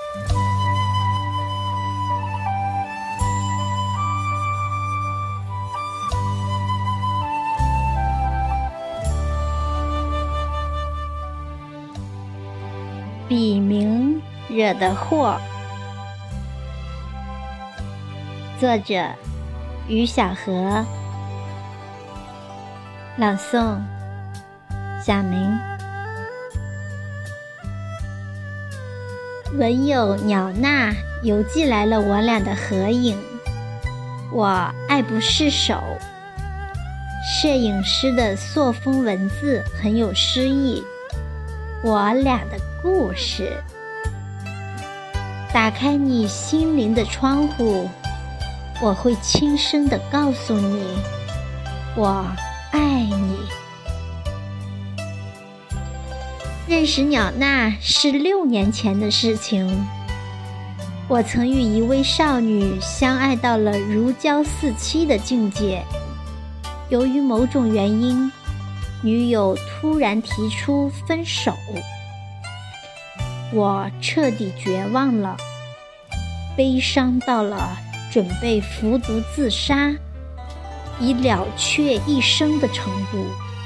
笔名惹的祸，作者于小河，朗诵小明。文友鸟娜邮寄来了我俩的合影，我爱不释手。摄影师的塑封文字很有诗意，我俩的故事。打开你心灵的窗户，我会轻声地告诉你，我爱你。认识鸟娜是6年前的事情，我曾与一位少女相爱到了如胶似漆的境界。由于某种原因，女友突然提出分手，我彻底绝望了，悲伤到了准备服毒自杀，以了却一生的程度。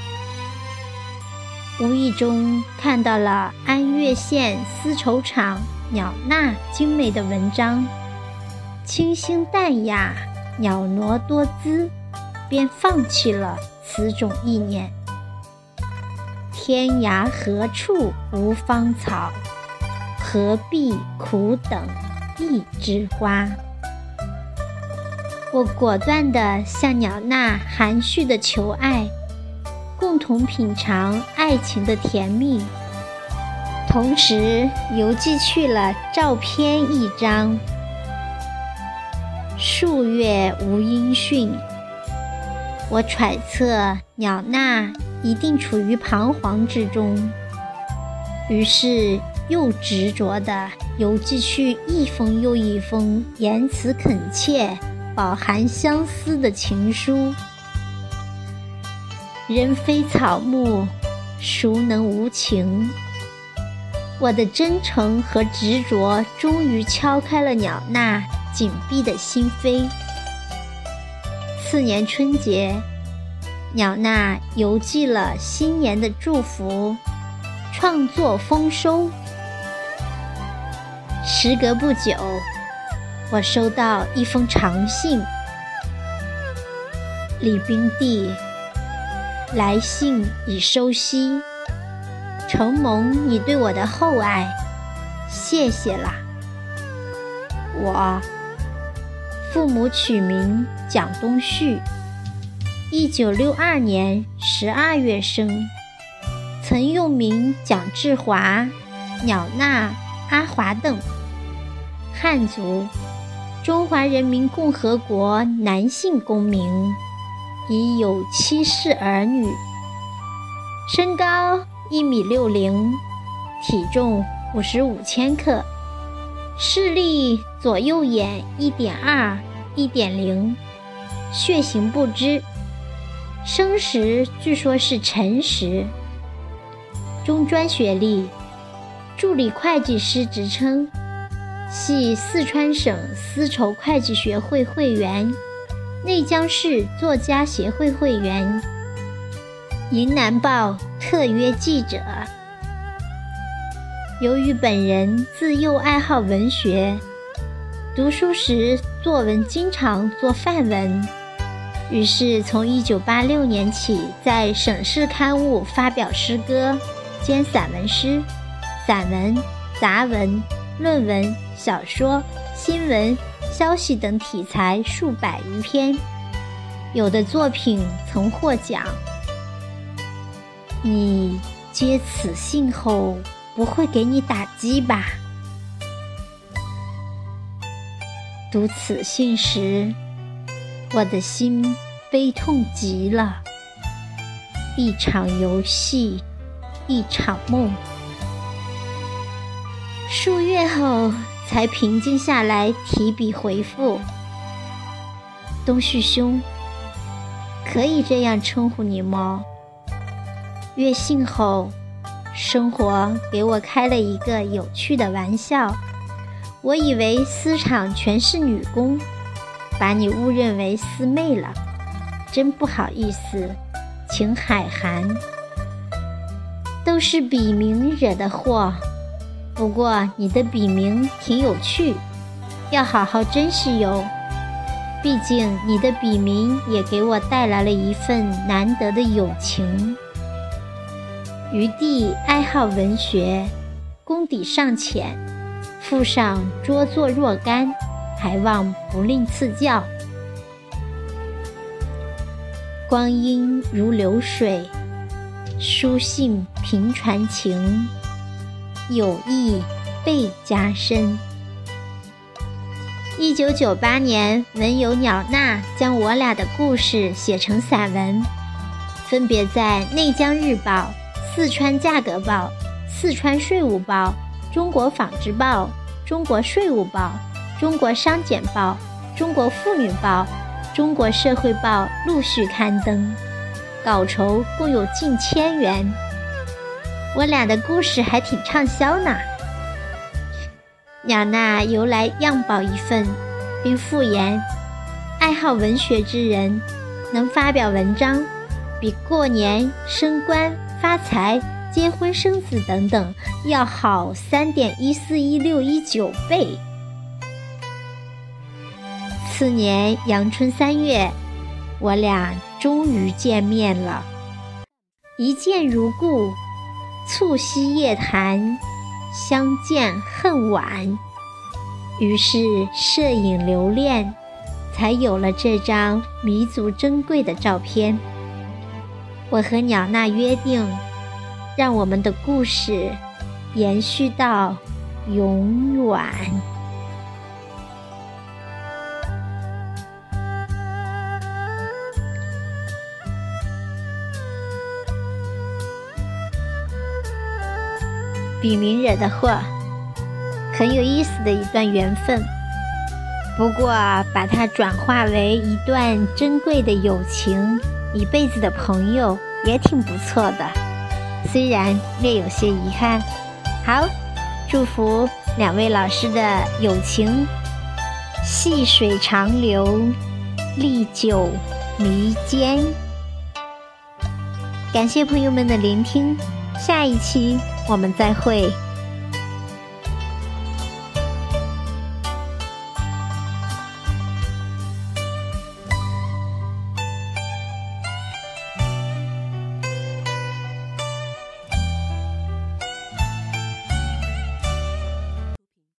无意中看到了安岳县丝绸厂鸟娜精美的文章，清新淡雅，袅娜多姿，便放弃了此种意念。天涯何处无芳草，何必苦等一枝花。我果断地向鸟娜含蓄地求爱，共同品尝爱情的甜蜜，同时邮寄去了照片1张。数月无音讯，我揣测鸟娜一定处于彷徨之中，于是又执着地邮寄去一封又一封言辞恳切、饱含相思的情书。人非草木，孰能无情？我的真诚和执着终于敲开了鸟娜紧闭的心扉。次年春节，鸟娜邮寄了新年的祝福，创作丰收。时隔不久，我收到一封长信，李冰弟，来信已收悉，承蒙你对我的厚爱，谢谢啦。我父母取名蒋东旭，1962年12月生，曾用名蒋志华、鸟娜、阿华等，汉族，中华人民共和国男性公民，已有7世儿女，身高1.60米，体重55千克，视力左右眼1.2、1.0，血型不知，生时据说是辰时，中专学历，助理会计师职称，系四川省丝绸会计学会会员，内江市作家协会会员，云南报特约记者。由于本人自幼爱好文学，读书时作文经常做范文，于是从1986年起在省市刊物发表诗歌兼散文诗、散文、杂文、论文、小说、新闻、消息等题材数百余篇，有的作品曾获奖。你接此信后不会给你打击吧？读此信时，我的心悲痛极了。一场游戏，一场梦。数月后才平静下来，提笔回复：东旭兄，可以这样称呼你吗？阅信后，生活给我开了一个有趣的玩笑， 我以为丝厂全是女工，把你误认为师妹了，真不好意思，请海涵。都是笔名惹的祸，不过你的笔名挺有趣，要好好珍视哟。毕竟你的笔名也给我带来了一份难得的友情。余弟爱好文学，功底尚浅，附上拙作若干，还望不吝赐教。光阴如流水，书信频传情，友谊倍加深。1998年，文友鸟娜将我俩的故事写成散文，分别在《内江日报》、四川价格报、四川税务报、中国纺织报、中国税务报、中国商简报、中国妇女报、中国社会报陆续刊登，稿酬共有近1000元。我俩的故事还挺畅销呢。鸟娜由来样报一份，并附言，爱好文学之人能发表文章，比过年、升官、发财、结婚生子等等要好3.141619倍。次年阳春3月，我俩终于见面了，一见如故，促膝夜谈，相见恨晚。于是摄影留恋，才有了这张弥足珍贵的照片。我和鸟娜约定，让我们的故事延续到永远。笔名惹的祸，很有意思的一段缘分，不过把它转化为一段珍贵的友情，一辈子的朋友也挺不错的，虽然略有些遗憾。好，祝福2位老师的友情细水长流，历久弥坚。感谢朋友们的聆听，下一期我们再会。